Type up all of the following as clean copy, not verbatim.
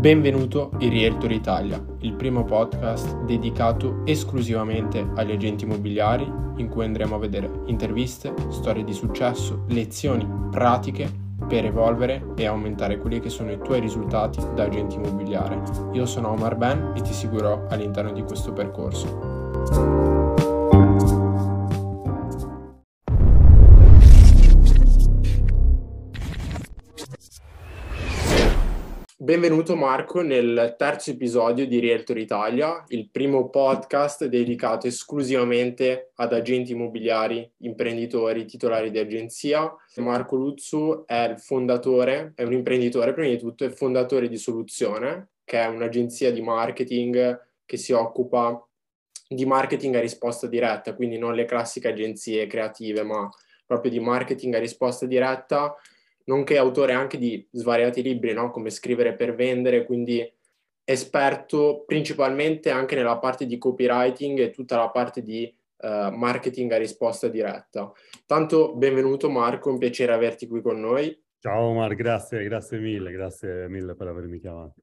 Benvenuto in Realtor Italia, il primo podcast dedicato esclusivamente agli agenti immobiliari, in cui andremo a vedere interviste, storie di successo, lezioni pratiche per evolvere e aumentare quelli che sono i tuoi risultati da agente immobiliare. Io sono Omar Ben e ti seguirò all'interno di questo percorso. Benvenuto Marco nel terzo episodio di Realtor Italia, il primo podcast dedicato esclusivamente ad agenti immobiliari, imprenditori, titolari di agenzia. Marco Luzzu è il fondatore, è un imprenditore prima di tutto, è il fondatore di Soluzione, che è un'agenzia di marketing che si occupa di marketing a risposta diretta, quindi non le classiche agenzie creative, ma proprio di marketing a risposta diretta, nonché autore anche di svariati libri, no? Come Scrivere per vendere, quindi esperto principalmente anche nella parte di copywriting e tutta la parte di marketing a risposta diretta. Tanto benvenuto Marco, un piacere averti qui con noi. Ciao Omar, grazie mille per avermi chiamato.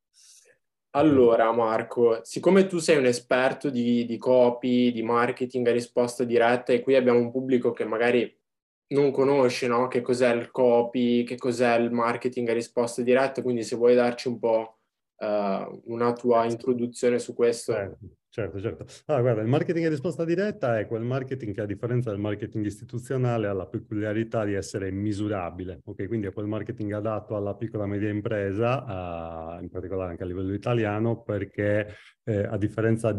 Allora Marco, siccome tu sei un esperto di copy, di marketing a risposta diretta e qui abbiamo un pubblico che magari non conosce, no? Che cos'è il copy, che cos'è il marketing a risposta diretta, quindi se vuoi darci un po' una tua introduzione su questo. Certo. Allora, guarda, il marketing a risposta diretta è quel marketing che, a differenza del marketing istituzionale, ha la peculiarità di essere misurabile, ok? Quindi è quel marketing adatto alla piccola e media impresa, in particolare anche a livello italiano, perché a differenza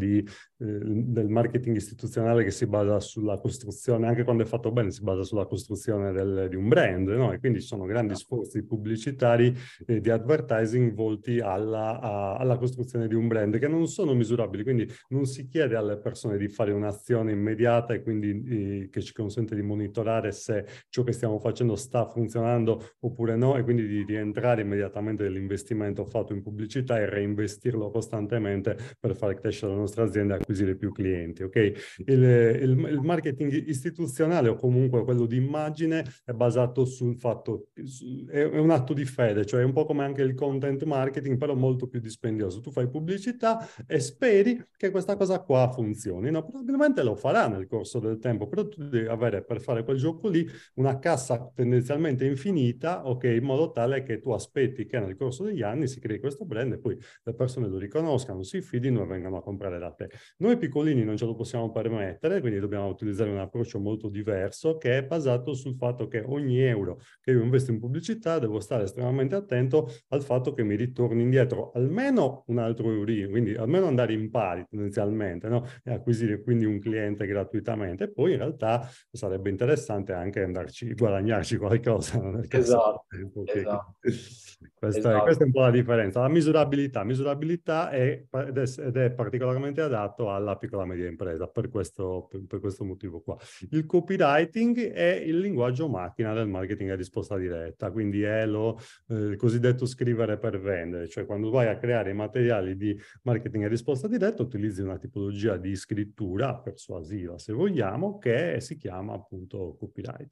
del marketing istituzionale che si basa sulla costruzione, anche quando è fatto bene, si basa sulla costruzione di un brand, no? E quindi ci sono grandi sforzi pubblicitari di advertising volti alla costruzione di un brand che non sono misurabili, quindi non si chiede alle persone di fare un'azione immediata e quindi che ci consente di monitorare se ciò che stiamo facendo sta funzionando oppure no, e quindi di rientrare immediatamente nell'investimento fatto in pubblicità e reinvestirlo costantemente per far crescere la nostra azienda e acquisire più clienti, ok? Il marketing istituzionale o comunque quello di immagine è basato sul fatto, è un atto di fede, cioè è un po' come anche il content marketing, però molto più dispendioso. Tu fai pubblicità e speri che questa cosa qua funzioni, no? Probabilmente lo farà nel corso del tempo, però tu devi avere per fare quel gioco lì una cassa tendenzialmente infinita, ok, in modo tale che tu aspetti che nel corso degli anni si crei questo brand e poi le persone lo riconoscano, si fidino e vengano a comprare da te. Noi piccolini non ce lo possiamo permettere, quindi dobbiamo utilizzare un approccio molto diverso che è basato sul fatto che ogni euro che io investo in pubblicità devo stare estremamente attento al fatto che mi ritorni indietro almeno un altro eurino, quindi almeno andare in pari tendenzialmente, no? E acquisire quindi un cliente gratuitamente. E poi in realtà sarebbe interessante anche guadagnarci qualcosa nel caso del Esatto, tempo. Okay? esatto, Questa è esatto. un po' la differenza. La misurabilità ed è particolarmente adatto alla piccola e media impresa per questo motivo qua. Il copywriting è il linguaggio macchina del marketing a risposta diretta, quindi è il cosiddetto scrivere per vendere, cioè quando vai a creare i materiali di marketing a risposta diretta utilizzi una tipologia di scrittura persuasiva, se vogliamo, che si chiama appunto copywriting.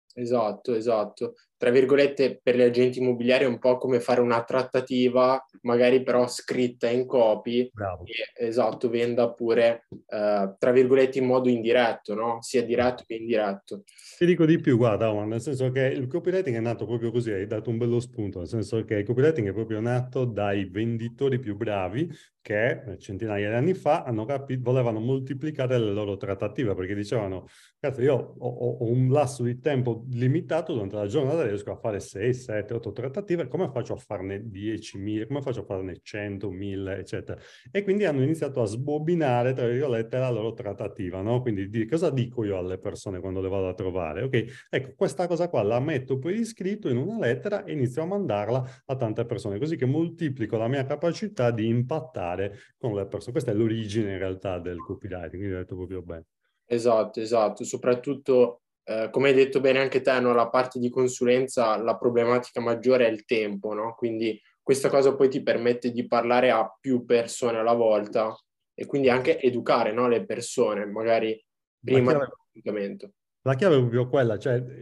Esatto. Tra virgolette, per gli agenti immobiliari è un po' come fare una trattativa, magari però scritta in copy, Bravo. e esatto, venda pure, tra virgolette, in modo indiretto, no? Sia diretto che indiretto. Ti dico di più, guarda, Oman, nel senso che il copywriting è nato proprio così, hai dato un bello spunto, nel senso che il copywriting è proprio nato dai venditori più bravi che centinaia di anni fa volevano moltiplicare le loro trattative perché dicevano, cazzo, io ho un lasso di tempo limitato durante la giornata, riesco a fare 6, 7, 8 trattative, come faccio a farne 10.000, come faccio a farne 100, 1000, eccetera. E quindi hanno iniziato a sbobinare, tra virgolette, la loro trattativa, no? Quindi cosa dico io alle persone quando le vado a trovare? Ok, ecco, questa cosa qua la metto per iscritto in una lettera e inizio a mandarla a tante persone, così che moltiplico la mia capacità di impattare con le persone. Questa è l'origine in realtà del copywriting, quindi ho detto proprio bene. Esatto. Soprattutto, come hai detto bene anche te, no? La parte di consulenza, la problematica maggiore è il tempo, no? Quindi questa cosa poi ti permette di parlare a più persone alla volta e quindi anche educare, no? Le persone, magari La prima chiave dell'appuntamento. La chiave è proprio quella, cioè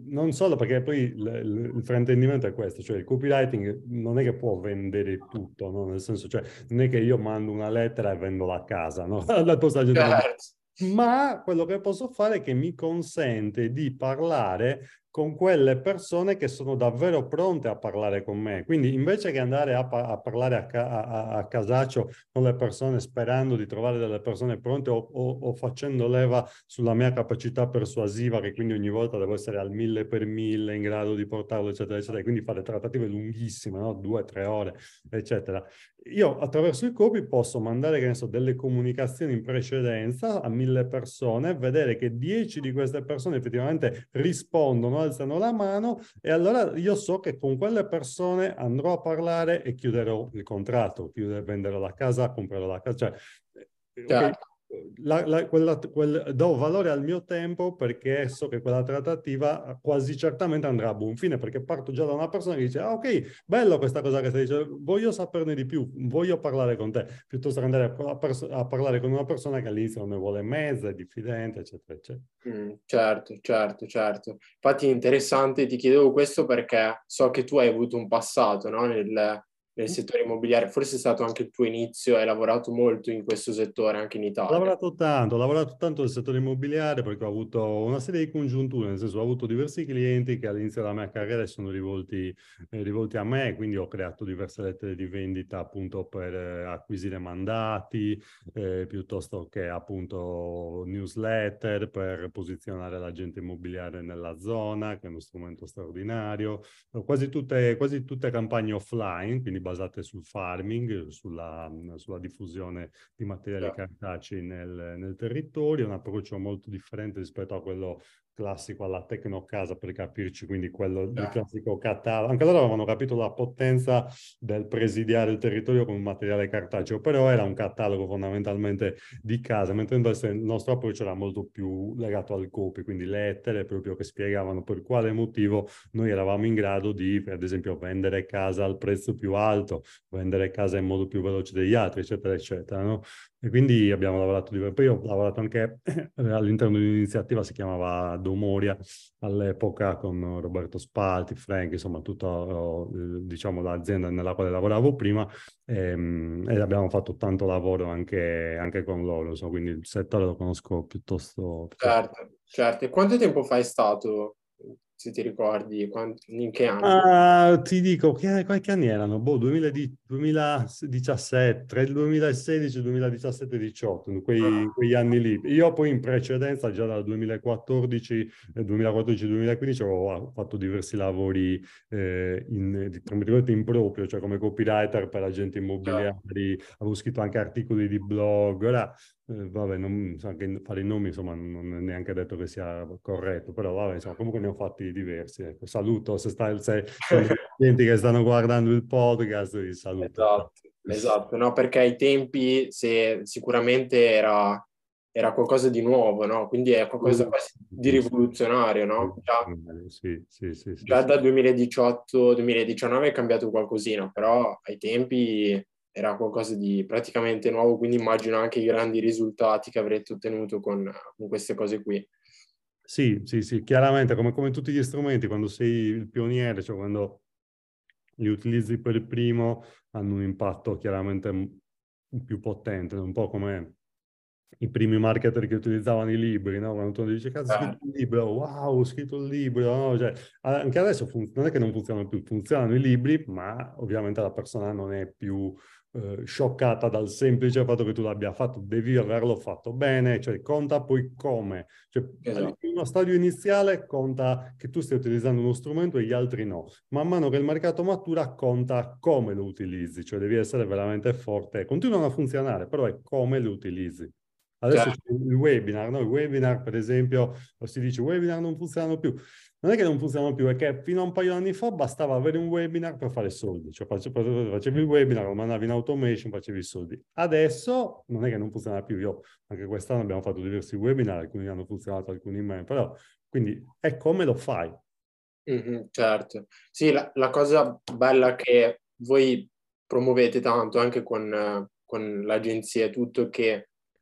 non solo perché poi il fraintendimento è questo, cioè il copywriting non è che può vendere tutto, no? Nel senso, cioè, non è che io mando una lettera e vendo la casa, no? Al posto della gente Certo. ma quello che posso fare è che mi consente di parlare con quelle persone che sono davvero pronte a parlare con me. Quindi invece che andare a parlare a casaccio con le persone sperando di trovare delle persone pronte o facendo leva sulla mia capacità persuasiva, che quindi ogni volta devo essere al 1000 per 1000 in grado di portarlo, eccetera, eccetera, e quindi fare trattative lunghissime, no? 2 o 3 ore, eccetera. Io attraverso il copy posso mandare, che ne so, delle comunicazioni in precedenza a 1000 persone, vedere che 10 di queste persone effettivamente rispondono, alzano la mano e allora io so che con quelle persone andrò a parlare e chiuderò il contratto, venderò la casa, comprerò la casa, cioè, ok, Certo. do valore al mio tempo perché so che quella trattativa quasi certamente andrà a buon fine perché parto già da una persona che dice ah, ok, bello questa cosa che stai dicendo, voglio saperne di più, voglio parlare con te, piuttosto che andare a parlare con una persona che all'inizio non ne vuole mezza, è diffidente, eccetera, eccetera. Certo, certo, certo. Infatti è interessante, ti chiedevo questo perché so che tu hai avuto un passato, no? Nel settore immobiliare, forse è stato anche il tuo inizio, hai lavorato molto in questo settore anche in Italia. Ho lavorato tanto nel settore immobiliare perché ho avuto una serie di congiunture, nel senso ho avuto diversi clienti che all'inizio della mia carriera sono rivolti a me, quindi ho creato diverse lettere di vendita appunto per acquisire mandati, piuttosto che appunto newsletter per posizionare l'agente immobiliare nella zona, che è uno strumento straordinario. Quasi tutte campagne offline, quindi basate sul farming, sulla diffusione di materiali cartacei nel territorio, un approccio molto differente rispetto a quello classico alla Tecnocasa per capirci, quindi quello il classico catalogo. Anche loro avevano capito la potenza del presidiare il territorio con un materiale cartaceo, però era un catalogo fondamentalmente di casa, mentre invece il nostro approccio era molto più legato al copy, quindi lettere proprio che spiegavano per quale motivo noi eravamo in grado di, ad esempio, vendere casa al prezzo più alto, vendere casa in modo più veloce degli altri, eccetera, eccetera, no? E quindi abbiamo lavorato poi ho lavorato anche all'interno di un'iniziativa, si chiamava Domoria, all'epoca con Roberto Spalti, Frank, insomma, tutta diciamo, l'azienda nella quale lavoravo prima e abbiamo fatto tanto lavoro anche con loro, insomma, quindi il settore lo conosco piuttosto. Certo, certo. E quanto tempo fa è stato, se ti ricordi, in che anno? Ah, ti dico, qualche anni erano? Boh, 2017, tra il 2016 e il 2017-18, quegli anni lì. Io poi in precedenza, già dal 2014, 2014-2015, avevo fatto diversi lavori tra virgolette in proprio, cioè come copywriter per agenti Certo. immobiliari, avevo scritto anche articoli di blog. Ora, vabbè, non so, anche fare i nomi, insomma, non è neanche detto che sia corretto, però vabbè, insomma, comunque ne ho fatti diversi. Ecco. Saluto, se sono dei clienti che stanno guardando il podcast, vi saluto. Esatto, esatto, no, perché ai tempi sicuramente era qualcosa di nuovo, no? Quindi è qualcosa quasi di rivoluzionario, no? Sì, sì, sì, sì, Già sì. dal 2018-2019 è cambiato qualcosina, però ai tempi era qualcosa di praticamente nuovo, quindi immagino anche i grandi risultati che avrete ottenuto con queste cose qui. Sì, sì, sì, chiaramente come tutti gli strumenti, quando sei il pioniere, cioè quando li utilizzi per primo, hanno un impatto chiaramente più potente, un po' come i primi marketer che utilizzavano i libri, no? Quando tu dici, cazzo, ho scritto Certo, un libro, wow, ho scritto un libro, no? Cioè, anche adesso non è che non funzionano più, funzionano i libri, ma ovviamente la persona non è più scioccata dal semplice fatto che tu l'abbia fatto, devi averlo fatto bene, cioè conta poi come. Cioè, esatto, in uno stadio iniziale conta che tu stai utilizzando uno strumento e gli altri no. Man mano che il mercato matura conta come lo utilizzi, cioè devi essere veramente forte. Continuano a funzionare, però è come lo utilizzi. Adesso c'è certo, il webinar, no? Il webinar, per esempio, si dice webinar non funzionano più. Non è che non funzionano più, è che fino a un paio di anni fa bastava avere un webinar per fare soldi. Cioè facevi il webinar, lo mandavi in automation, facevi i soldi. Adesso non è che non funziona più. Io anche quest'anno abbiamo fatto diversi webinar, alcuni hanno funzionato, alcuni meno, però quindi è come lo fai. mhm, certo. Sì, la cosa bella che voi promuovete tanto anche con l'agenzia e tutto, che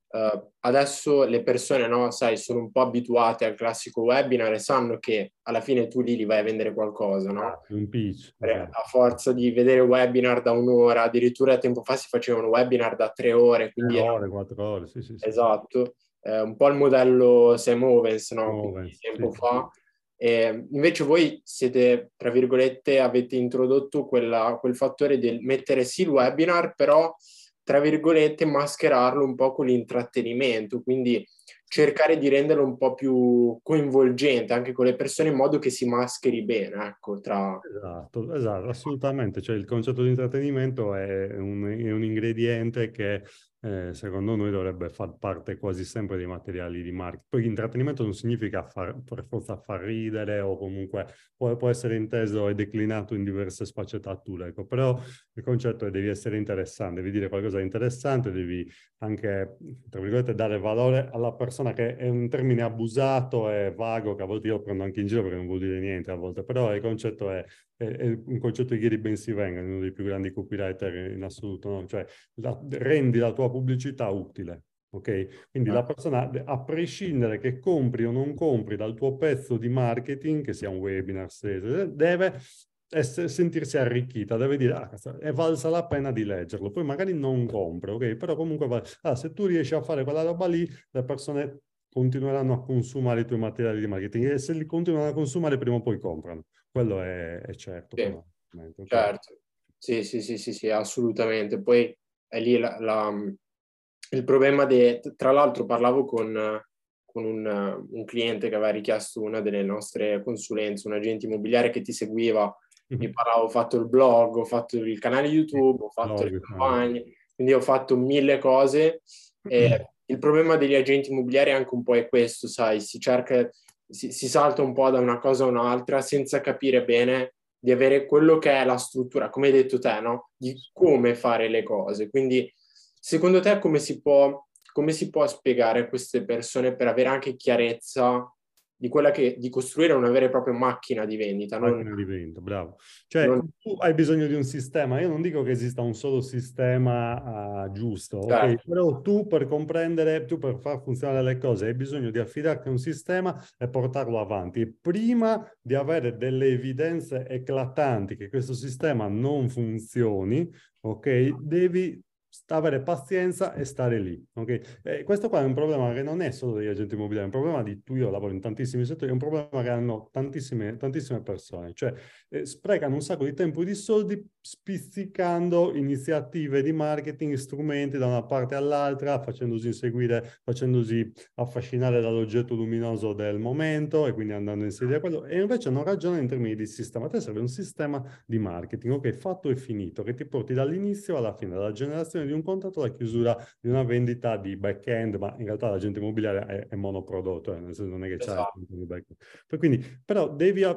adesso le persone, no, sai, sono un po' abituate al classico webinar e sanno che alla fine tu lì vai a vendere qualcosa, no? Un pitch. A forza di vedere webinar da un'ora, addirittura tempo fa si facevano webinar da 3 ore, 3 quindi ore, 4 ore, sì, sì, sì. esatto, un po' il modello Sam Owens, no? Quindi Sì, tempo sì. fa. Invece voi siete, tra virgolette, avete introdotto quel fattore del mettere sì il webinar, però, tra virgolette, mascherarlo un po' con l'intrattenimento, quindi cercare di renderlo un po' più coinvolgente anche con le persone in modo che si mascheri bene, ecco, tra... Esatto, esatto, assolutamente. Cioè, il concetto di intrattenimento è un ingrediente che secondo noi dovrebbe far parte quasi sempre dei materiali di marketing. Poi intrattenimento non significa per forza far ridere o comunque può essere inteso e declinato in diverse sfaccettature, ecco. Però il concetto è devi essere interessante, devi dire qualcosa di interessante, devi anche, tra virgolette, dare valore alla persona, che è un termine abusato e vago che a volte io prendo anche in giro perché non vuol dire niente a volte, però il concetto è un concetto di Gary Bensivenga, uno dei più grandi copywriter in assoluto, no? Cioè rendi la tua pubblicità utile. Ok? Quindi la persona, a prescindere che compri o non compri dal tuo pezzo di marketing, che sia un webinar, deve sentirsi arricchita, deve dire, è valsa la pena di leggerlo. Poi magari non compra, ok? Però comunque, se tu riesci a fare quella roba lì, le persone continueranno a consumare i tuoi materiali di marketing e se li continuano a consumare prima o poi comprano. Quello è certo. Sì, Okay? certo. Sì, sì, sì, sì, sì, assolutamente. Poi è lì il problema tra l'altro parlavo con un cliente che aveva richiesto una delle nostre consulenze, un agente immobiliare che ti seguiva, mi parlavo, ho fatto il blog, ho fatto il canale YouTube, ho fatto le Blog, campagne, quindi ho fatto 1000 cose. E il problema degli agenti immobiliari anche un po' è questo, sai, si salta un po' da una cosa a un'altra senza capire bene di avere quello che è la struttura, come hai detto te, no? Di come fare le cose. Quindi, secondo te, come si può spiegare a queste persone per avere anche chiarezza di quella di costruire una vera e propria macchina di vendita? Macchina di vento, bravo. Cioè, Non, tu hai bisogno di un sistema. Io non dico che esista un solo sistema giusto, ok? certo, Però tu per comprendere, tu per far funzionare le cose, hai bisogno di affidarti a un sistema e portarlo avanti. E prima di avere delle evidenze eclatanti che questo sistema non funzioni, ok? Devi avere pazienza e stare lì, ok? Questo qua è un problema che non è solo degli agenti immobiliari, è un problema di tu, io lavoro in tantissimi settori, è un problema che hanno tantissime persone, cioè sprecano un sacco di tempo e di soldi spizzicando iniziative di marketing, strumenti da una parte all'altra, facendosi inseguire, facendosi affascinare dall'oggetto luminoso del momento e quindi andando a inserire quello, e invece non ragionano in termini di sistema. A te serve un sistema di marketing, ok, fatto e finito, che ti porti dall'inizio alla fine, dalla generazione di un contratto alla chiusura di una vendita di back-end, ma in realtà l'agente immobiliare è monoprodotto, nel senso non è che c'è esatto, di back-end. Quindi, però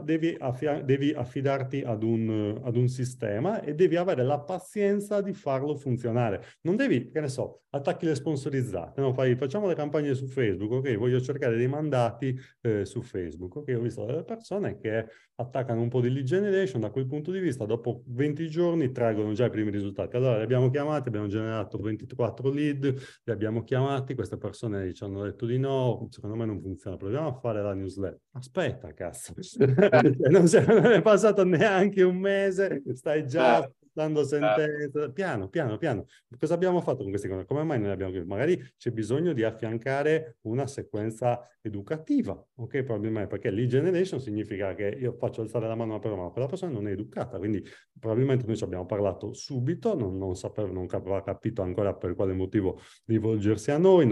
devi affidarti ad un sistema e devi avere la pazienza di farlo funzionare. Non devi, che ne so, attacchi le sponsorizzate, no? Facciamo le campagne su Facebook, ok? Voglio cercare dei mandati su Facebook, ok? Ho visto delle persone che attaccano un po' di lead generation, da quel punto di vista dopo 20 giorni traggono già i primi risultati. Allora li abbiamo chiamati, abbiamo generato 24 lead, li abbiamo chiamati, queste persone ci hanno detto di no, secondo me non funziona, proviamo a fare la newsletter. Aspetta, cazzo, non è passato neanche un mese, stai già dando sentenze, piano, piano, piano. Cosa abbiamo fatto con queste cose? Come mai non abbiamo... Magari c'è bisogno di affiancare una sequenza educativa, ok? Probabilmente perché lead generation significa che io faccio alzare la mano a una persona, ma quella persona non è educata, quindi probabilmente noi ci abbiamo parlato subito, non aveva capito ancora per quale motivo rivolgersi a noi,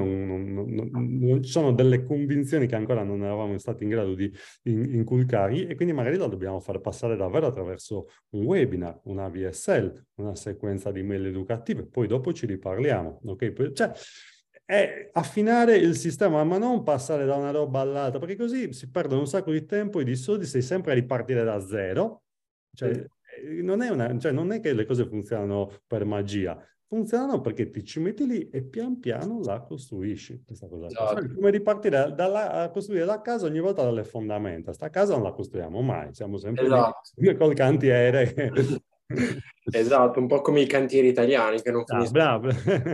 non ci sono delle convinzioni che ancora non eravamo stati in grado di inculcargli e quindi magari la dobbiamo far passare davvero attraverso un webinar, una VSL, una sequenza di mail educative, poi dopo ci riparliamo, ok? Cioè, è affinare il sistema, ma non passare da una roba all'altra, perché così si perdono un sacco di tempo e di soldi, sei sempre a ripartire da zero. Cioè, non è che le cose funzionano per magia, funzionano perché ti ci metti lì e pian piano la costruisci, questa cosa qua. esatto. Cioè, come ripartire a costruire la casa ogni volta dalle fondamenta. Sta casa non la costruiamo mai, siamo sempre lì Esatto. col cantiere Esatto, un po' come i cantieri italiani che non Ah, finiscono. bravo.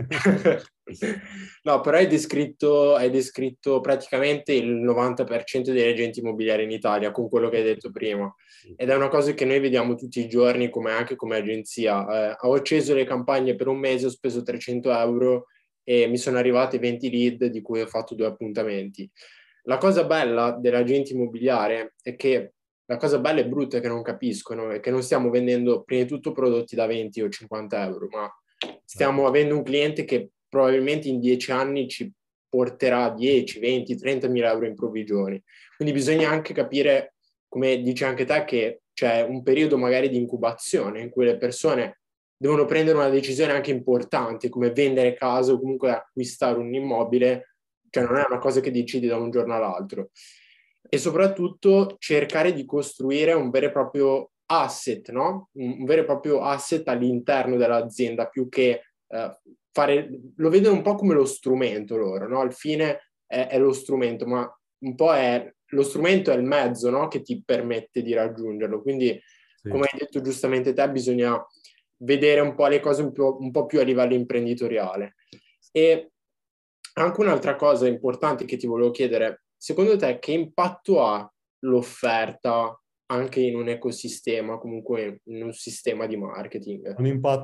No, però hai descritto praticamente il 90% degli agenti immobiliari in Italia con quello che hai detto prima. Ed è una cosa che noi vediamo tutti i giorni come anche come agenzia. Ho acceso le campagne per un mese, ho speso 300 euro e mi sono arrivati 20 lead di cui ho fatto 2 appuntamenti. La cosa bella dell'agente immobiliare è che la cosa bella e brutta che non capiscono è che non stiamo vendendo prima di tutto prodotti da 20 o 50 euro, ma stiamo avendo un cliente che probabilmente in 10 anni ci porterà 10, 20, 30 mila euro in provvigioni. Quindi bisogna anche capire, come dici anche te, che c'è un periodo magari di incubazione in cui le persone devono prendere una decisione anche importante, come vendere casa o comunque acquistare un immobile, cioè non è una cosa che decidi da un giorno all'altro. E soprattutto cercare di costruire un vero e proprio asset, no? Un vero e proprio asset all'interno dell'azienda, più che fare, lo vedono un po' come lo strumento loro, no? Il fine è lo strumento, ma un po' è lo strumento è il mezzo, no? Che ti permette di raggiungerlo. Quindi, Sì. come hai detto giustamente te, bisogna vedere un po' le cose un po' più a livello imprenditoriale. E anche un'altra cosa importante che ti volevo chiedere, secondo te che impatto ha l'offerta anche in un ecosistema, comunque in un sistema di marketing?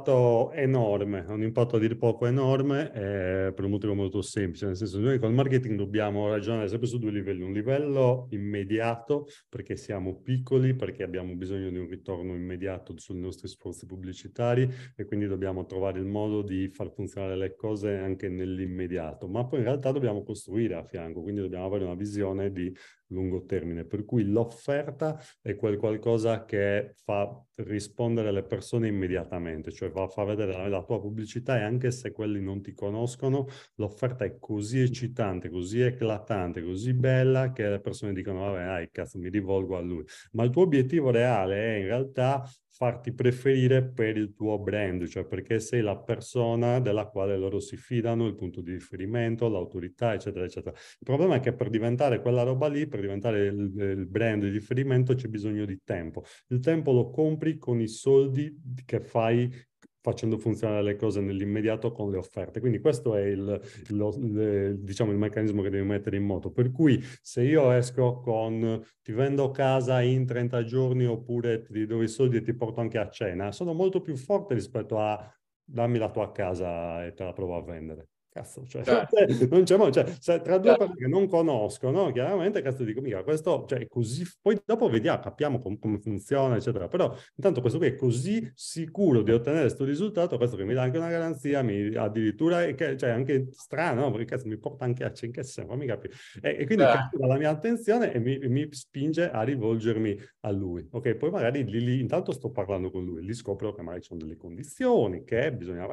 Ha un impatto a dir poco enorme, per un motivo molto semplice, nel senso che noi col marketing dobbiamo ragionare sempre su due livelli, un livello immediato perché siamo piccoli, perché abbiamo bisogno di un ritorno immediato sui nostri sforzi pubblicitari e quindi dobbiamo trovare il modo di far funzionare le cose anche nell'immediato, ma poi in realtà dobbiamo costruire a fianco, quindi dobbiamo avere una visione di lungo termine, per cui l'offerta è quel qualcosa che fa rispondere alle persone immediatamente, cioè fa vedere la tua pubblicità e anche se quelli non ti conoscono, l'offerta è così eccitante, così eclatante, così bella che le persone dicono, vabbè, dai, cazzo, mi rivolgo a lui. Ma il tuo obiettivo reale è in realtà farti preferire per il tuo brand, cioè perché sei la persona della quale loro si fidano, il punto di riferimento, l'autorità, eccetera, eccetera. Il problema è che per diventare quella roba lì, per diventare il brand di riferimento, c'è bisogno di tempo. Il tempo lo compri con i soldi che fai facendo funzionare le cose nell'immediato con le offerte. Quindi questo è diciamo, il meccanismo che devi mettere in moto. Per cui se io esco con ti vendo casa in 30 giorni oppure ti do i soldi e ti porto anche a cena, sono molto più forte rispetto a dammi la tua casa e te la provo a vendere. Cazzo, cioè, Certo, non c'è modo, cioè, se tra due certo, persone che non conoscono, chiaramente, cazzo dico, mica, questo, cioè, è così, poi dopo vediamo, capiamo come funziona, eccetera, però intanto questo qui è così sicuro di ottenere questo risultato, questo che mi dà anche una garanzia, addirittura, cioè, anche strano, no? Perché cazzo mi porta anche a che senso, fammi capire. E quindi certo, cattura la mia attenzione e mi spinge a rivolgermi a lui, ok? Poi magari lì intanto sto parlando con lui, lì scopro che magari ci sono delle condizioni, che bisogna,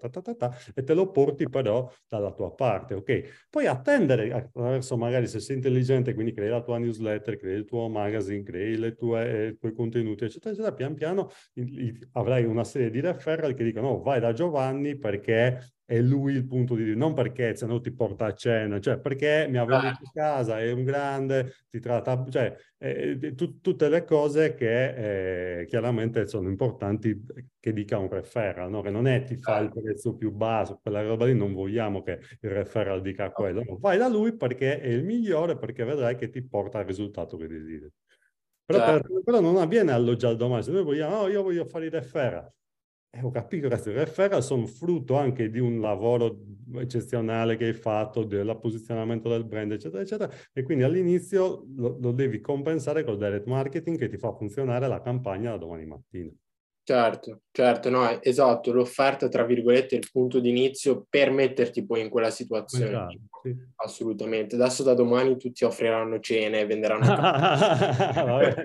e te lo porti però dalla tua parte, ok? Poi attendere attraverso magari se sei intelligente, quindi crei la tua newsletter, crei il tuo magazine, crei i tuoi contenuti, eccetera, eccetera, pian piano avrai una serie di referral che dicono, oh, vai da Giovanni perché è lui il punto di... non perché se no ti porta a cena, cioè perché mi ha venduto a certo, casa, è un grande, ti tratta... cioè tutte le cose che chiaramente sono importanti che dica un referral, no? Che non è ti fa il certo. prezzo più basso, quella roba lì non vogliamo che il referral dica quello, no, vai da lui perché è il migliore, perché vedrai che ti porta al risultato che desideri. Certo. Però non avviene all'oggi al domani, se noi vogliamo, oh, io voglio fare i referral. Ho capito che i referral sono frutto anche di un lavoro eccezionale che hai fatto, del posizionamento del brand, eccetera, eccetera. E quindi all'inizio lo devi compensare col direct marketing che ti fa funzionare la campagna da domani mattina. Certo, certo, no, esatto, l'offerta, tra virgolette, è il punto di inizio per metterti poi in quella situazione. Commerciale, sì. Assolutamente. Adesso da domani tutti offriranno cene e venderanno case. Vabbè.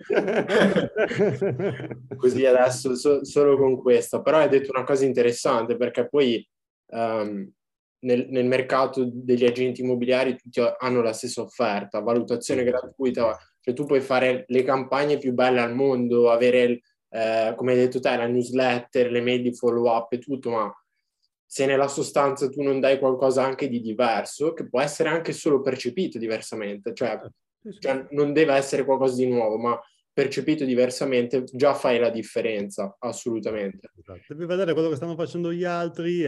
Così adesso solo con questo. Però hai detto una cosa interessante perché poi ehm, nel mercato degli agenti immobiliari tutti hanno la stessa offerta, valutazione Sì, gratuita, cioè tu puoi fare le campagne più belle al mondo, avere come hai detto te, la newsletter, le mail di follow up e tutto, ma se nella sostanza tu non dai qualcosa anche di diverso, che può essere anche solo percepito diversamente, cioè, sì, sì. cioè non deve essere qualcosa di nuovo, ma percepito diversamente, già fai la differenza, assolutamente. Esatto. Devi vedere quello che stanno facendo gli altri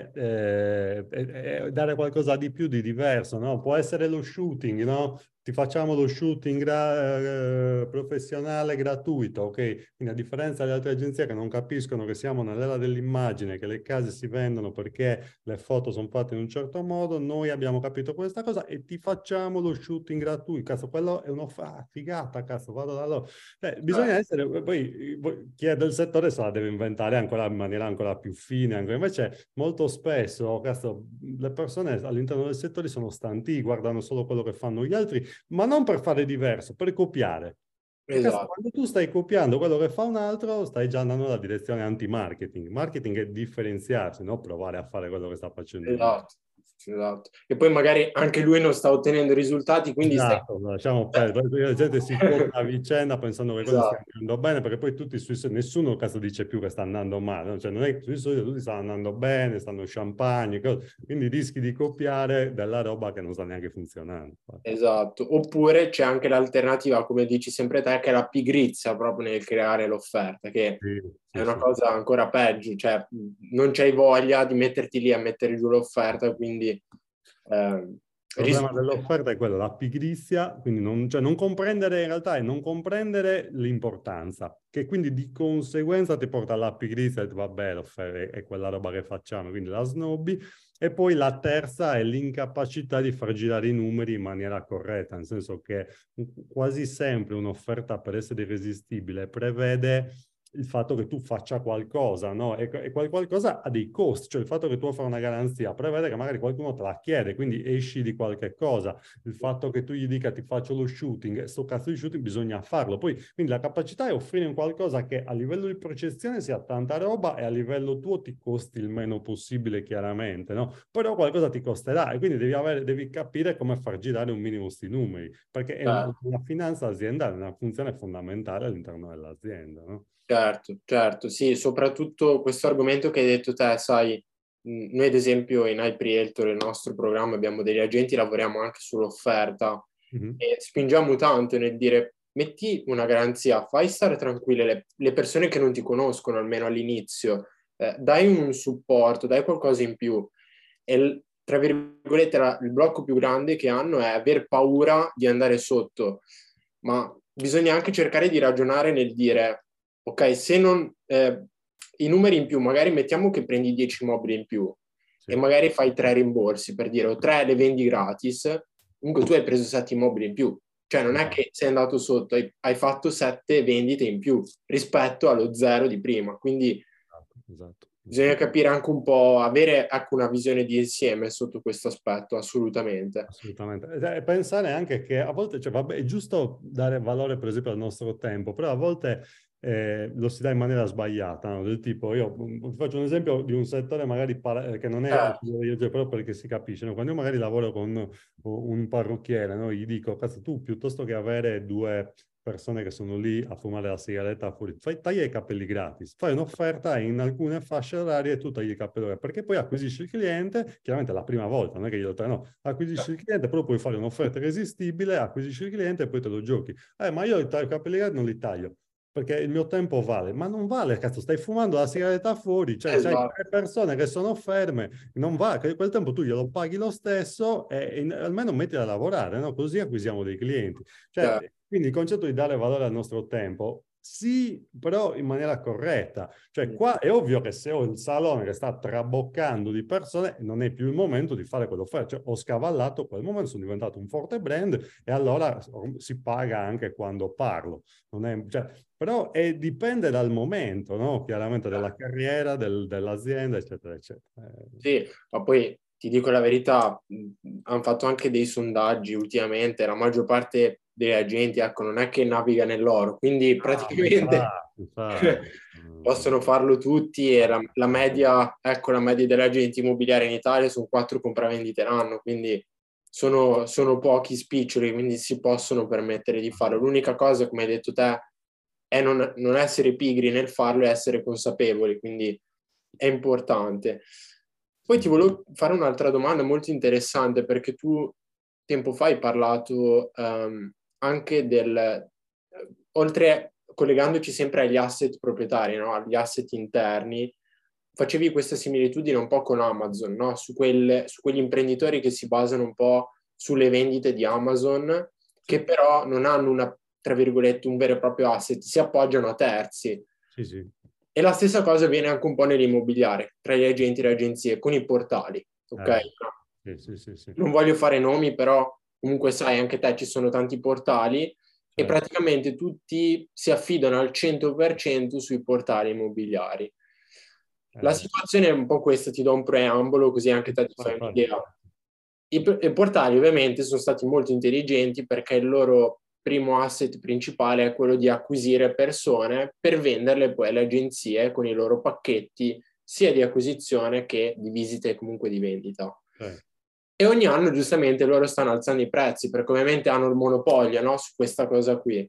e dare qualcosa di più, di diverso, no? Può essere lo shooting, no? Ti facciamo lo shooting professionale gratuito, ok? Quindi a differenza delle altre agenzie che non capiscono che siamo nell'era dell'immagine, che le case si vendono perché le foto sono fatte in un certo modo, noi abbiamo capito questa cosa e ti facciamo lo shooting gratuito. Cazzo, quello è figata, cazzo, vado da loro. Bisogna essere, chi è del settore se la deve inventare ancora in maniera ancora più fine, invece molto spesso cazzo, le persone all'interno del settore sono stanti, guardano solo quello che fanno gli altri, ma non per fare diverso, per copiare. E cazzo, Esatto, quando tu stai copiando quello che fa un altro, stai già andando nella direzione anti-marketing. Marketing è differenziarsi, non provare a fare quello che sta facendo lui. esatto, esatto. E poi magari anche lui non sta ottenendo risultati, quindi stai... Esatto, lasciamo perdere. Poi la gente si copia a vicenda pensando che cose stiano Esatto, andando bene, perché poi tutti sui nessuno cazzo dice più che sta andando male, no? Cioè non è che sui social tutti stanno andando bene, stanno champagne, cose. Quindi rischi di copiare della roba che non sta neanche funzionando. esatto. Oppure c'è anche l'alternativa, come dici sempre te, che è la pigrizia proprio nel creare l'offerta, che Sì, è sì, una sì. cosa ancora peggio, cioè non c'hai voglia di metterti lì a mettere giù l'offerta, quindi Il problema rischi... dell'offerta è quello, la pigrizia, quindi cioè non comprendere in realtà è non comprendere l'importanza, che quindi di conseguenza ti porta alla pigrizia e ti vabbè, l'offerta è quella roba che facciamo, quindi la snobby. E poi la terza è l'incapacità di far girare i numeri in maniera corretta, nel senso che quasi sempre un'offerta per essere irresistibile prevede il fatto che tu faccia qualcosa, no? E qualcosa ha dei costi, cioè il fatto che tu offra una garanzia prevede che magari qualcuno te la chiede, quindi esci di qualche cosa. Il fatto che tu gli dica ti faccio lo shooting, sto cazzo di shooting bisogna farlo. Poi, quindi la capacità è offrire un qualcosa che a livello di percezione sia tanta roba e a livello tuo ti costi il meno possibile, chiaramente, no? Però qualcosa ti costerà e quindi devi capire come far girare un minimo sti numeri, perché è una finanza aziendale, una funzione fondamentale all'interno dell'azienda, no? Certo, certo, sì, soprattutto questo argomento che hai detto te, sai, noi ad esempio in Hype Realtor, il nostro programma, abbiamo degli agenti, lavoriamo anche sull'offerta Mhm. e spingiamo tanto nel dire metti una garanzia, fai stare tranquille le persone che non ti conoscono, almeno all'inizio, dai un supporto, dai qualcosa in più. E tra virgolette il blocco più grande che hanno è aver paura di andare sotto, ma bisogna anche cercare di ragionare nel dire ok, se non i numeri in più, magari mettiamo che prendi 10 mobili in più Sì. e magari fai 3 rimborsi per dire o 3 le vendi gratis, comunque tu hai preso 7 immobili in più. Cioè non è Esatto, che sei andato sotto, hai fatto 7 vendite in più rispetto allo 0 di prima. Quindi esatto, bisogna esatto. capire anche un po', avere ecco, una visione di insieme sotto questo aspetto, assolutamente. Assolutamente. E pensare anche che a volte, cioè, vabbè, è giusto dare valore, per esempio, al nostro tempo, però a volte lo si dà in maniera sbagliata, no? Del tipo, io vi faccio un esempio di un settore magari che non è, Certo, però perché si capisce, no? Quando io magari lavoro con un parrucchiere, no? Gli dico, cazzo, tu piuttosto che avere due persone che sono lì a fumare la sigaretta fuori, taglia i capelli gratis, fai un'offerta in alcune fasce orarie e tu tagli i capelli gratis, perché poi acquisisci il cliente, chiaramente la prima volta, non è che glielo tagli, no, acquisisci il cliente, però puoi fare un'offerta irresistibile, acquisisci il cliente e poi te lo giochi. Ma io i capelli gratis non li taglio perché il mio tempo vale, ma non vale, cazzo, stai fumando la sigaretta fuori, cioè c'hai esatto. tre persone che sono ferme, non va, quel tempo tu glielo paghi lo stesso e almeno mettila a lavorare, no? Così acquisiamo dei clienti. Certo. Cioè, quindi il concetto di dare valore al nostro tempo, sì, però in maniera corretta. Cioè, qua è ovvio che se ho il salone che sta traboccando di persone, non è più il momento di fare quell'offerta. Cioè, ho scavallato quel momento, sono diventato un forte brand e allora si paga anche quando parlo. Non è, cioè, però dipende dal momento, no? Chiaramente della carriera, dell'azienda, eccetera, eccetera. Sì, ma poi ti dico la verità, hanno fatto anche dei sondaggi ultimamente, la maggior parte degli agenti, ecco, non è che naviga nell'oro, quindi Ah, ma praticamente infatti. possono farlo tutti e la media, ecco, la media degli agenti immobiliari in Italia sono 4 compravendite l'anno, quindi sono pochi spiccioli, quindi si possono permettere di farlo. L'unica cosa, come hai detto te, è non essere pigri nel farlo e essere consapevoli, quindi è importante. Poi ti volevo fare un'altra domanda molto interessante perché tu tempo fa hai parlato anche oltre, collegandoci sempre agli asset proprietari, no? Agli asset interni, facevi questa similitudine un po' con Amazon, no? Su quegli imprenditori che si basano un po' sulle vendite di Amazon, che però non hanno tra virgolette, un vero e proprio asset, si appoggiano a terzi. Sì, sì. E la stessa cosa avviene anche un po' nell'immobiliare, tra gli agenti e le agenzie, con i portali, ok? Sì, sì, sì, sì. Non voglio fare nomi, però comunque sai, anche te ci sono tanti portali e Certo. praticamente tutti si affidano al 100% sui portali immobiliari. La situazione è un po' questa, ti do un preambolo così anche te ti Vai, fai vai. un'idea. I portali ovviamente sono stati molto intelligenti perché il loro primo asset principale è quello di acquisire persone per venderle poi alle agenzie con i loro pacchetti sia di acquisizione che di visite e comunque di vendita. Certo. E ogni anno giustamente loro stanno alzando i prezzi perché ovviamente hanno il monopolio, no, su questa cosa qui.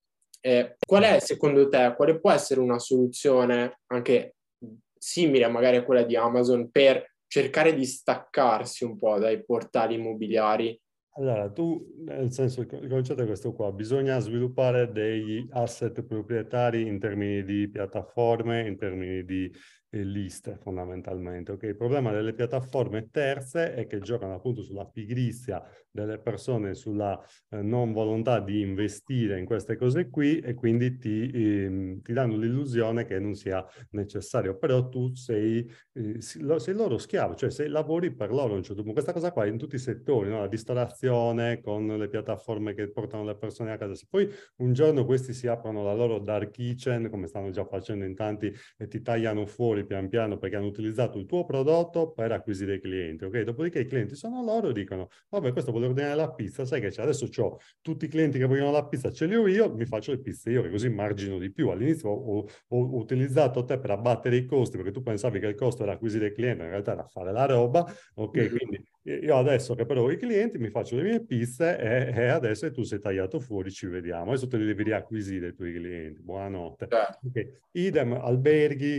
Qual è secondo te, quale può essere una soluzione anche simile magari a quella di Amazon per cercare di staccarsi un po' dai portali immobiliari? Allora, tu, nel senso, il concetto è questo qua, bisogna sviluppare degli asset proprietari in termini di piattaforme, in termini di liste fondamentalmente. Ok? Il problema delle piattaforme terze è che giocano appunto sulla pigrizia delle persone, sulla non volontà di investire in queste cose qui e quindi ti danno l'illusione che non sia necessario, però tu sei sei loro schiavo, cioè se lavori per loro a un certo punto. Questa cosa qua in tutti i settori, no? La ristorazione con le piattaforme che portano le persone a casa. Se poi un giorno questi si aprono la loro dark kitchen, come stanno già facendo in tanti, e ti tagliano fuori pian piano perché hanno utilizzato il tuo prodotto per acquisire i clienti, ok? Dopodiché i clienti sono loro e dicono, vabbè, questo vuole ordinare la pizza, sai che c'è? Adesso ho tutti i clienti che vogliono la pizza, ce li ho io, mi faccio le pizze io, che così margino di più. All'inizio ho utilizzato te per abbattere i costi, perché tu pensavi che il costo era acquisire il cliente, in realtà era fare la roba, ok? Quindi io adesso che però ho i clienti mi faccio le mie pizze e adesso tu sei tagliato fuori, ci vediamo. Adesso te li devi riacquisire i tuoi clienti. Buonanotte. Certo. Okay. Idem, alberghi,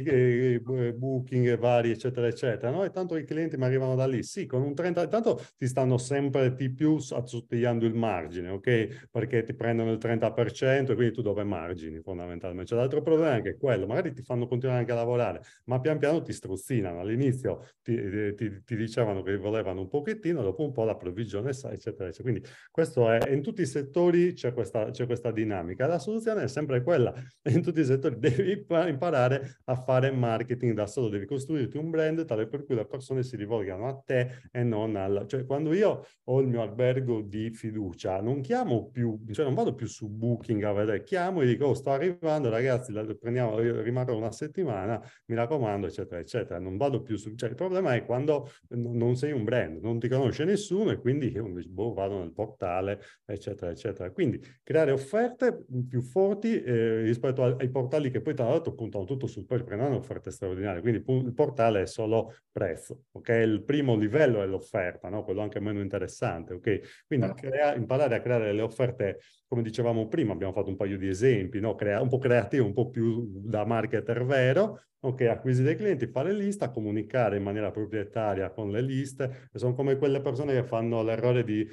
booking vari, eccetera, eccetera. No? E tanto i clienti mi arrivano da lì. Sì, con un 30, tanto ti stanno sempre di più assottigliando il margine, ok? Perché ti prendono il 30% e quindi tu dove margini fondamentalmente. C'è l'altro problema è anche quello. Magari ti fanno continuare anche a lavorare, ma pian piano ti struzzinano. All'inizio ti dicevano che volevano un pochettino, dopo un po' la provvigione, eccetera, eccetera. Quindi questo è, in tutti i settori c'è questa dinamica. La soluzione è sempre quella, in tutti i settori devi imparare a fare marketing da solo, devi costruirti un brand tale per cui le persone si rivolgano a te e non al... Cioè quando io ho il mio albergo di fiducia, non chiamo più, cioè non vado più su Booking a vedere, chiamo e dico, oh, sto arrivando ragazzi, prendiamo, rimarrò una settimana, mi raccomando, eccetera, eccetera. Non vado più su... Cioè il problema è quando non sei un brand, non ti conosce nessuno e quindi io vado nel portale, eccetera, eccetera. Quindi creare offerte più forti rispetto ai portali che poi tra l'altro puntano tutto sul prezzo, perché non hanno offerte straordinarie. Quindi il portale è solo prezzo, ok? Il primo livello è l'offerta, no? Quello anche meno interessante, ok? Quindi imparare a creare le offerte, come dicevamo prima, abbiamo fatto un paio di esempi, no? Un po' creativo, un po' più da marketer vero, ok, acquisire dei clienti, fare lista, comunicare in maniera proprietaria con le liste, e sono come quelle persone che fanno l'errore di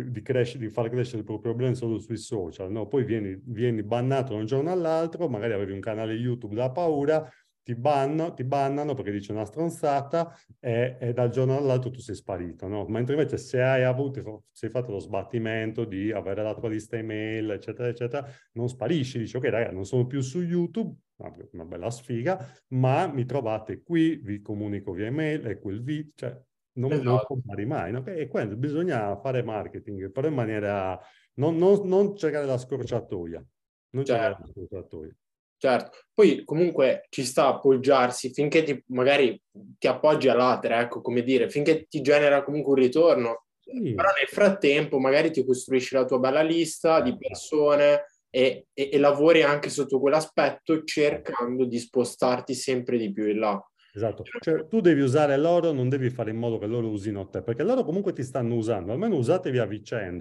far crescere il proprio brand solo sui social, no? Poi vieni bannato da un giorno all'altro, magari avevi un canale YouTube da paura, ti bannano perché dice una stronzata e dal giorno all'altro tu sei sparito, no? Mentre invece se sei fatto lo sbattimento di avere la tua lista email, eccetera, eccetera, non sparisci, dici ok ragazzi, non sono più su YouTube, una bella sfiga, ma mi trovate qui, vi comunico via email, ecco il video, cioè non Esatto. compari mai, no? E quello, bisogna fare marketing, però in maniera, non cercare la scorciatoia, non cercare la Certo. scorciatoia. Certo, poi comunque ci sta appoggiarsi finché magari ti appoggi all'altra, ecco, come dire, finché ti genera comunque un ritorno, però Sì, nel frattempo magari ti costruisci la tua bella lista di certo. persone e lavori anche sotto quell'aspetto cercando di spostarti sempre di più in là. Esatto, cioè tu devi usare loro, non devi fare in modo che loro usino te, perché loro comunque ti stanno usando, almeno usatevi a vicenda,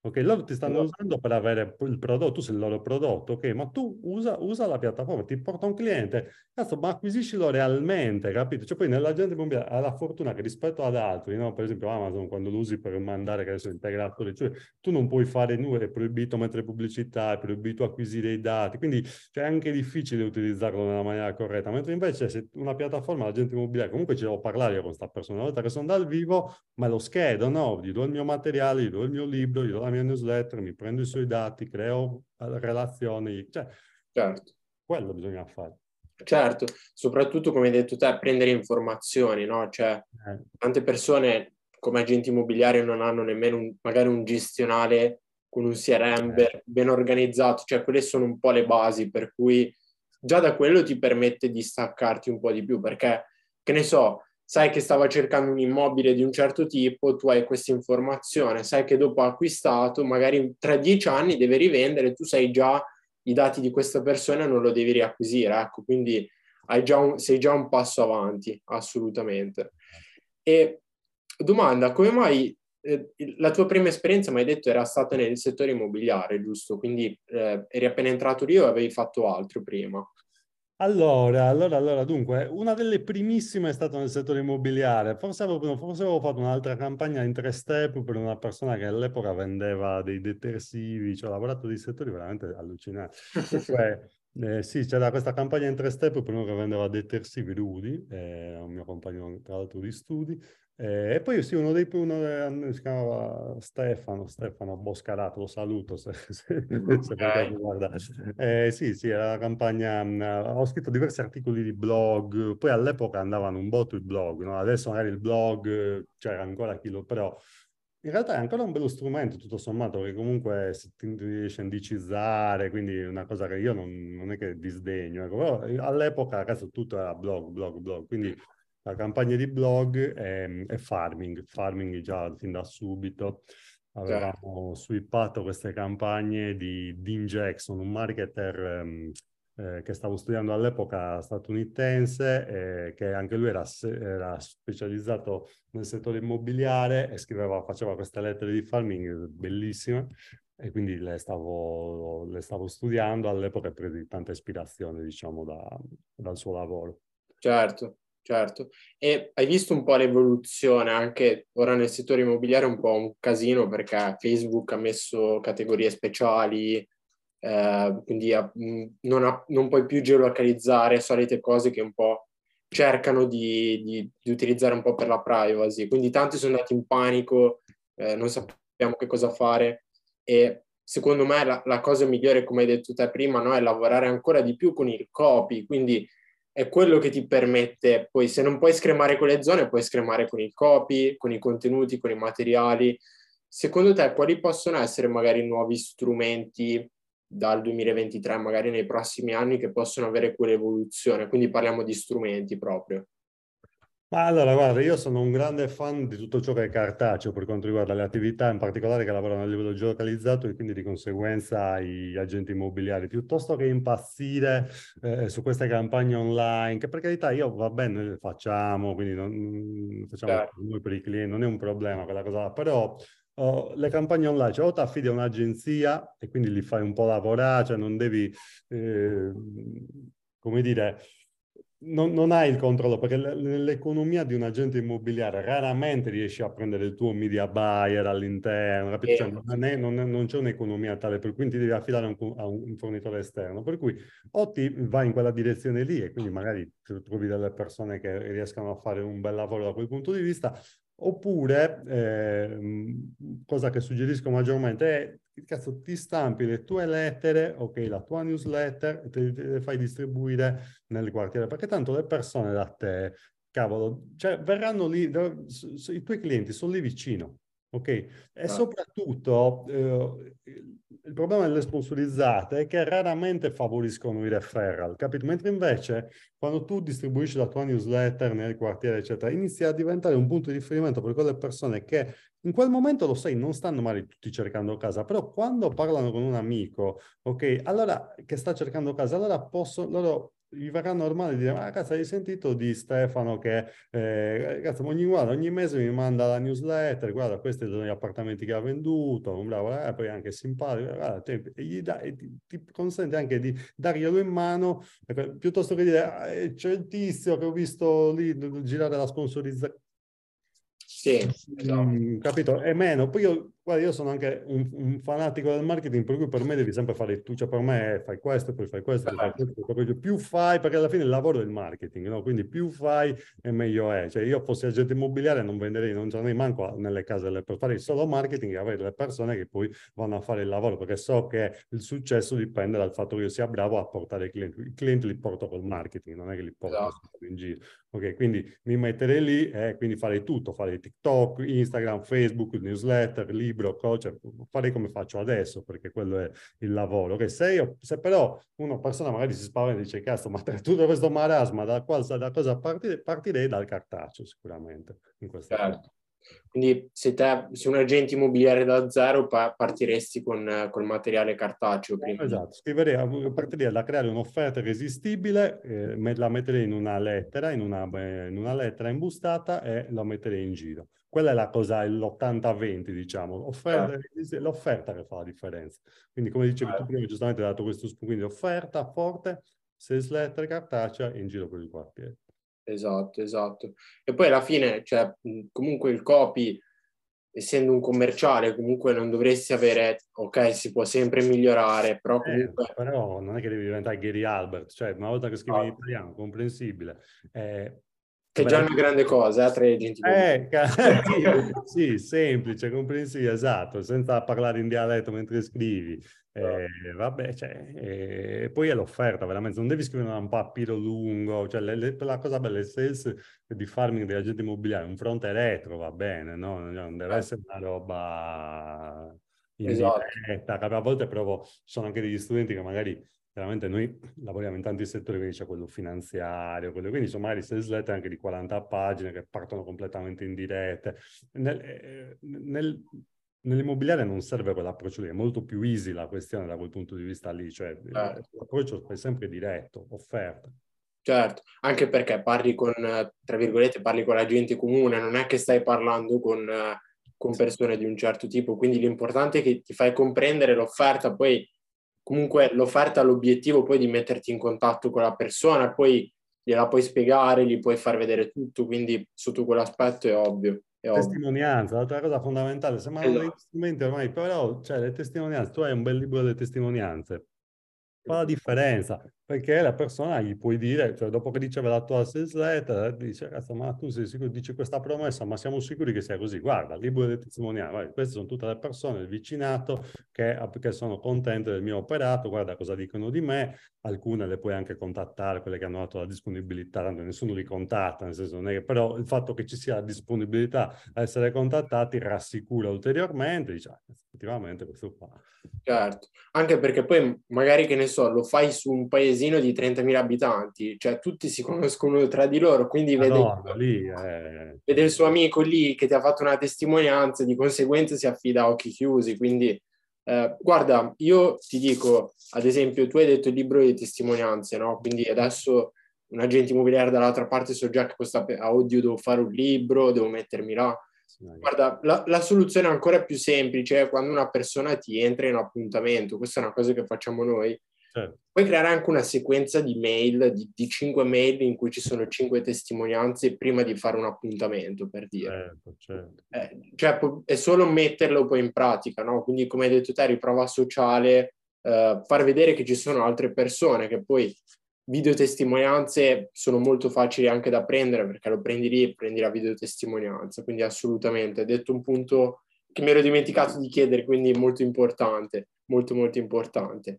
Ok, loro ti stanno No. usando per avere il prodotto, tu sei il loro prodotto, ok, ma tu usa la piattaforma, ti porta un cliente, cazzo, ma acquisiscilo realmente, capito? Cioè poi nell'agente immobiliare ha la fortuna che rispetto ad altri, no? Per esempio Amazon, quando lo usi per mandare, che adesso integratori, cioè tu non puoi fare nulla, è proibito mettere pubblicità, è proibito acquisire i dati, quindi cioè, è anche difficile utilizzarlo nella maniera corretta, mentre invece se una piattaforma, l'agente immobiliare, comunque ci devo parlare io con questa persona, una volta che sono dal vivo, ma lo schedo, no? Gli do il mio materiale, gli do il mio libro, gli do la mia newsletter, mi prendo i suoi dati, creo relazioni, cioè, Certo. quello bisogna fare. Certo, soprattutto come hai detto te, prendere informazioni, no? Cioè, Eh, tante persone come agenti immobiliari non hanno nemmeno magari un gestionale con un CRM eh. ben organizzato, cioè quelle sono un po' le basi, per cui già da quello ti permette di staccarti un po' di più, perché, che ne so, sai che stava cercando un immobile di un certo tipo, tu hai questa informazione, sai che dopo ha acquistato, magari tra 10 anni deve rivendere, tu sai già i dati di questa persona non lo devi riacquisire, ecco, quindi sei già un passo avanti, assolutamente. E domanda, come mai la tua prima esperienza, mi hai detto, era stata nel settore immobiliare, giusto? Quindi eri appena entrato lì o avevi fatto altro prima? Allora, dunque, una delle primissime è stata nel settore immobiliare. Forse avevo fatto un'altra campagna in 3 step per una persona che all'epoca vendeva dei detersivi, cioè ho lavorato dei settori veramente allucinanti. Comunque, sì, c'era questa campagna in 3 step per uno che vendeva detersivi Rudy, un mio compagno tra l'altro di studi. E poi sì, si chiamava Stefano Boscarato, lo saluto se per caso Ok, guarda. Sì, sì, era la campagna, ho scritto diversi articoli di blog, poi all'epoca andavano un botto i blog, no? Adesso magari il blog c'era ancora chi lo, però in realtà è ancora un bello strumento tutto sommato, perché comunque si ti riesce a indicizzare, quindi è una cosa che io non è che disdegno, ecco, però all'epoca adesso tutto era blog, quindi la campagna di blog e farming già fin da subito. certo, Avevamo swippato queste campagne di Dean Jackson, un marketer che stavo studiando all'epoca statunitense, che anche lui era specializzato nel settore immobiliare e faceva queste lettere di farming bellissime e quindi le stavo studiando all'epoca e presi tanta ispirazione, diciamo, dal suo lavoro. certo, certo. E hai visto un po' l'evoluzione anche ora nel settore immobiliare, un po' un casino perché Facebook ha messo categorie speciali, quindi non puoi più geolocalizzare solite cose che un po' cercano di utilizzare un po' per la privacy. Quindi tanti sono andati in panico, non sappiamo che cosa fare e secondo me la cosa migliore, come hai detto te prima, no, è lavorare ancora di più con il copy, quindi è quello che ti permette, poi se non puoi scremare con le zone, puoi scremare con il copy, con i contenuti, con i materiali. Secondo te, quali possono essere magari nuovi strumenti dal 2023, magari nei prossimi anni, che possono avere quell'evoluzione? Quindi parliamo di strumenti proprio. Ma allora, guarda, io sono un grande fan di tutto ciò che è cartaceo per quanto riguarda le attività, in particolare che lavorano a livello geolocalizzato e quindi di conseguenza gli agenti immobiliari, piuttosto che impazzire su queste campagne online, che per carità io va bene, le facciamo, quindi facciamo Certo, noi per i clienti, non è un problema quella cosa, là, però le campagne online, cioè o ti affidi a un'agenzia e quindi li fai un po' lavorare, cioè non devi, eh, come dire non hai il controllo perché nell'economia di un agente immobiliare raramente riesci a prendere il tuo media buyer all'interno, capito? Cioè, non c'è un'economia tale per cui ti devi affidare a un fornitore esterno. Per cui o ti vai in quella direzione lì e quindi magari trovi delle persone che riescano a fare un bel lavoro da quel punto di vista, oppure, cosa che suggerisco maggiormente è cazzo, ti stampi le tue lettere, ok, la tua newsletter, e te le fai distribuire nel quartiere, perché tanto le persone da te, cavolo, cioè verranno lì, i tuoi clienti sono lì vicino, ok? E soprattutto il problema delle sponsorizzate è che raramente favoriscono i referral, capito? Mentre invece quando tu distribuisci la tua newsletter nel quartiere, eccetera, inizia a diventare un punto di riferimento per quelle persone che in quel momento, lo sai, non stanno mai tutti cercando casa, però quando parlano con un amico, ok, allora che sta cercando casa, allora loro gli verrà normale dire, ma cazzo, hai sentito di Stefano che cazzo, ogni mese mi manda la newsletter, guarda, questi sono gli appartamenti che ha venduto, bravo, poi è anche simpatico, guarda, ti consente anche di darglielo in mano, piuttosto che dire, c'è il tizio che ho visto lì girare la sponsorizzazione. Sì, esatto. Capito? È meno. Poi io, guarda, io sono anche un fanatico del marketing, per cui per me devi sempre fare tu, cioè per me fai questo, poi fai questo, poi fai Certo, questo, poi fai questo. Più fai, perché alla fine il lavoro è il marketing, no? Quindi più fai e meglio è. Cioè io fossi agente immobiliare non venderei, non ci andrei manco nelle case per fare solo marketing e avere delle persone che poi vanno a fare il lavoro, perché so che il successo dipende dal fatto che io sia bravo a portare i clienti. I clienti li porto col marketing, non è che li porto esatto. in giro. Ok, quindi mi metterei lì e quindi farei tutto, farei TikTok, Instagram, Facebook, newsletter, libro, coach, cioè, farei come faccio adesso perché quello è il lavoro. Ok, se però una persona magari si spaventa e dice, cazzo, ma tra tutto questo marasma, da cosa partirei dal cartaceo sicuramente in questo caso. Certo. Quindi se un agente immobiliare da zero partiresti col materiale cartaceo prima di... Esatto, scriverei, partirei da creare un'offerta irresistibile, la metterei in una lettera, in una lettera imbustata e la metterei in giro. Quella è la cosa, l'80-20, diciamo, Certo, l'offerta che fa la differenza. Quindi, come dicevi tu prima, giustamente hai dato questo spunto, quindi offerta forte, sales letter, cartacea in giro per il quartiere. esatto, esatto. E poi alla fine, cioè, comunque il copy, essendo un commerciale, comunque non dovresti avere, ok, si può sempre migliorare, però comunque... Però non è che devi diventare Gary Albert, cioè una volta che scrivi in italiano, comprensibile, Che è già una grande cosa, tra gli agenti immobiliari. sì, sì, semplice, comprensibile, esatto, senza parlare in dialetto mentre scrivi. Vabbè, cioè, poi è l'offerta, veramente, non devi scrivere un papiro lungo, cioè la cosa bella è il sales di farming degli agenti immobiliari, un fronte retro, va bene, no? Non deve essere una roba in Esatto, diretta, a volte provo, ci sono anche degli studenti che magari veramente noi lavoriamo in tanti settori, quindi c'è quello finanziario, quindi sono magari sales letter anche di 40 pagine che partono completamente in dirette. Nell'immobiliare non serve quell'approccio lì, è molto più easy la questione da quel punto di vista lì, cioè certo. l'approccio è sempre diretto, offerta. Certo, anche perché parli con, tra virgolette, parli con la gente comune, non è che stai parlando con persone di un certo tipo, quindi l'importante è che ti fai comprendere l'offerta, poi comunque l'offerta ha l'obiettivo poi di metterti in contatto con la persona, poi gliela puoi spiegare, gli puoi far vedere tutto, quindi sotto quell'aspetto è ovvio, è ovvio. Testimonianza, l'altra cosa fondamentale, sembrano degli Esatto, strumenti ormai, però, cioè, le testimonianze, tu hai un bel libro delle testimonianze, fa la differenza, perché la persona gli puoi dire, cioè dopo che riceve la tua sales letter, dice, cazzo, ma tu sei sicuro, dici questa promessa, ma siamo sicuri che sia così? Guarda, il libro delle testimonianze, guarda, queste sono tutte le persone del vicinato che sono contente del mio operato, guarda cosa dicono di me, alcune le puoi anche contattare, quelle che hanno dato la disponibilità, tanto nessuno li contatta, nel senso non è che, però il fatto che ci sia la disponibilità a essere contattati rassicura ulteriormente, dice, effettivamente questo qua. certo, anche perché poi magari, che ne so, lo fai su un paesino di 30.000 abitanti, cioè tutti si conoscono tra di loro, quindi Madonna, lì vede il suo amico lì che ti ha fatto una testimonianza, di conseguenza si affida a occhi chiusi. Quindi, guarda, io ti dico, ad esempio, tu hai detto il libro di testimonianze, no? Quindi adesso un agente immobiliare dall'altra parte so già che questa, oddio, devo fare un libro, devo mettermi là. Guarda, la soluzione ancora più semplice è quando una persona ti entra in appuntamento, questa è una cosa che facciamo noi. certo, Puoi creare anche una sequenza di mail, di 5 mail in cui ci sono 5 testimonianze prima di fare un appuntamento, per dire. certo, certo. Cioè, è solo metterlo poi in pratica, no? Quindi, come hai detto te, riprova sociale, far vedere che ci sono altre persone, che poi videotestimonianze sono molto facili anche da prendere, perché lo prendi lì e prendi la videotestimonianza, quindi assolutamente. Hai detto un punto che mi ero dimenticato di chiedere, quindi molto importante, molto molto importante.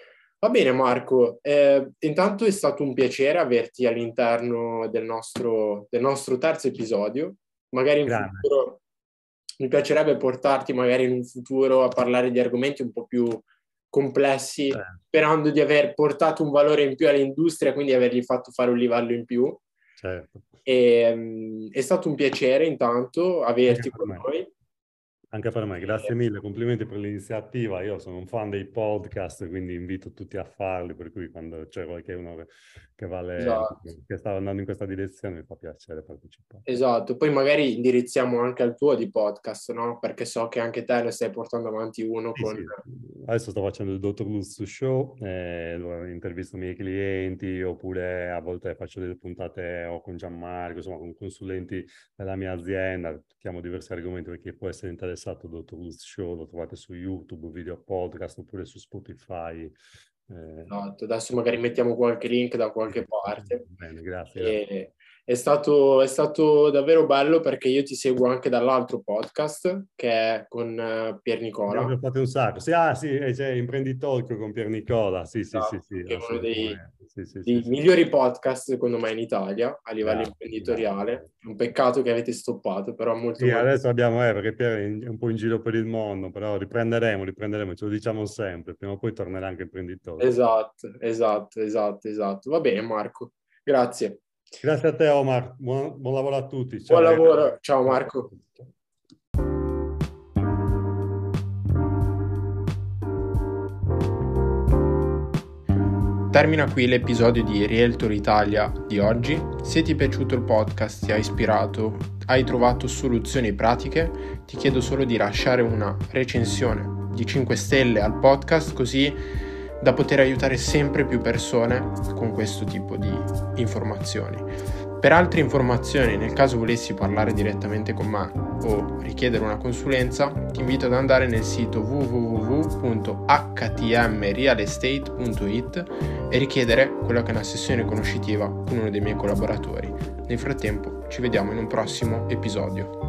Va bene Marco, intanto è stato un piacere averti all'interno del nostro terzo episodio. Magari in Grande. futuro mi piacerebbe portarti magari in un futuro a parlare di argomenti un po' più complessi, Certo, sperando di aver portato un valore in più all'industria, quindi avergli fatto fare un livello in più. certo. È stato un piacere intanto Anche averti per con me. noi Anche per me, grazie mille, complimenti per l'iniziativa. Io sono un fan dei podcast, quindi invito tutti a farli, per cui quando c'è qualcuno Esatto. che sta andando in questa direzione mi fa piacere partecipare. Esatto, poi magari indirizziamo anche al tuo di podcast, no? Perché so che anche te ne stai portando avanti uno Sì, con... sì, adesso sto facendo il Dottor Luz Show, intervisto i miei clienti, oppure a volte faccio delle puntate o con Gianmarco, insomma, con consulenti della mia azienda, tocchiamo diversi argomenti per chi può essere interessato. Il Dottor Luz Show lo trovate su YouTube, video podcast, oppure su Spotify. Esatto, adesso magari mettiamo qualche link da Sì, qualche sì, sì. parte. Bene, grazie, grazie. E è stato davvero bello perché io ti seguo anche dall'altro podcast che è con Pier Abbiamo Nicola. già fatto un sacco. Sì, sì, c'è Imprenditalk con Pier Nicola. Sì, sì, sì, sì, Esatto, che è uno assolutamente. Sì, sì, sì, dei sì. migliori podcast secondo me in Italia a livello Grazie, imprenditoriale. grazie. È un peccato che avete stoppato, però molto Sì, molto... adesso abbiamo, perché Pier è un po' in giro per il mondo, però riprenderemo, ce lo diciamo sempre, prima o poi tornerà anche Imprenditalk. Esatto, esatto, esatto, esatto. Va bene Marco, grazie. Grazie a te, Omar. Buon lavoro a tutti. Ciao, Buon ragazzi. lavoro, ciao Ciao. Marco. Termina qui l'episodio di Realtor Italia di oggi. Se ti è piaciuto il podcast, ti ha ispirato, hai trovato soluzioni pratiche, ti chiedo solo di lasciare una recensione di 5 stelle al podcast così da poter aiutare sempre più persone con questo tipo di informazioni. Per altre informazioni, nel caso volessi parlare direttamente con me o richiedere una consulenza, ti invito ad andare nel sito www.htmrealestate.it e richiedere quella che è una sessione conoscitiva con uno dei miei collaboratori. Nel frattempo, ci vediamo in un prossimo episodio.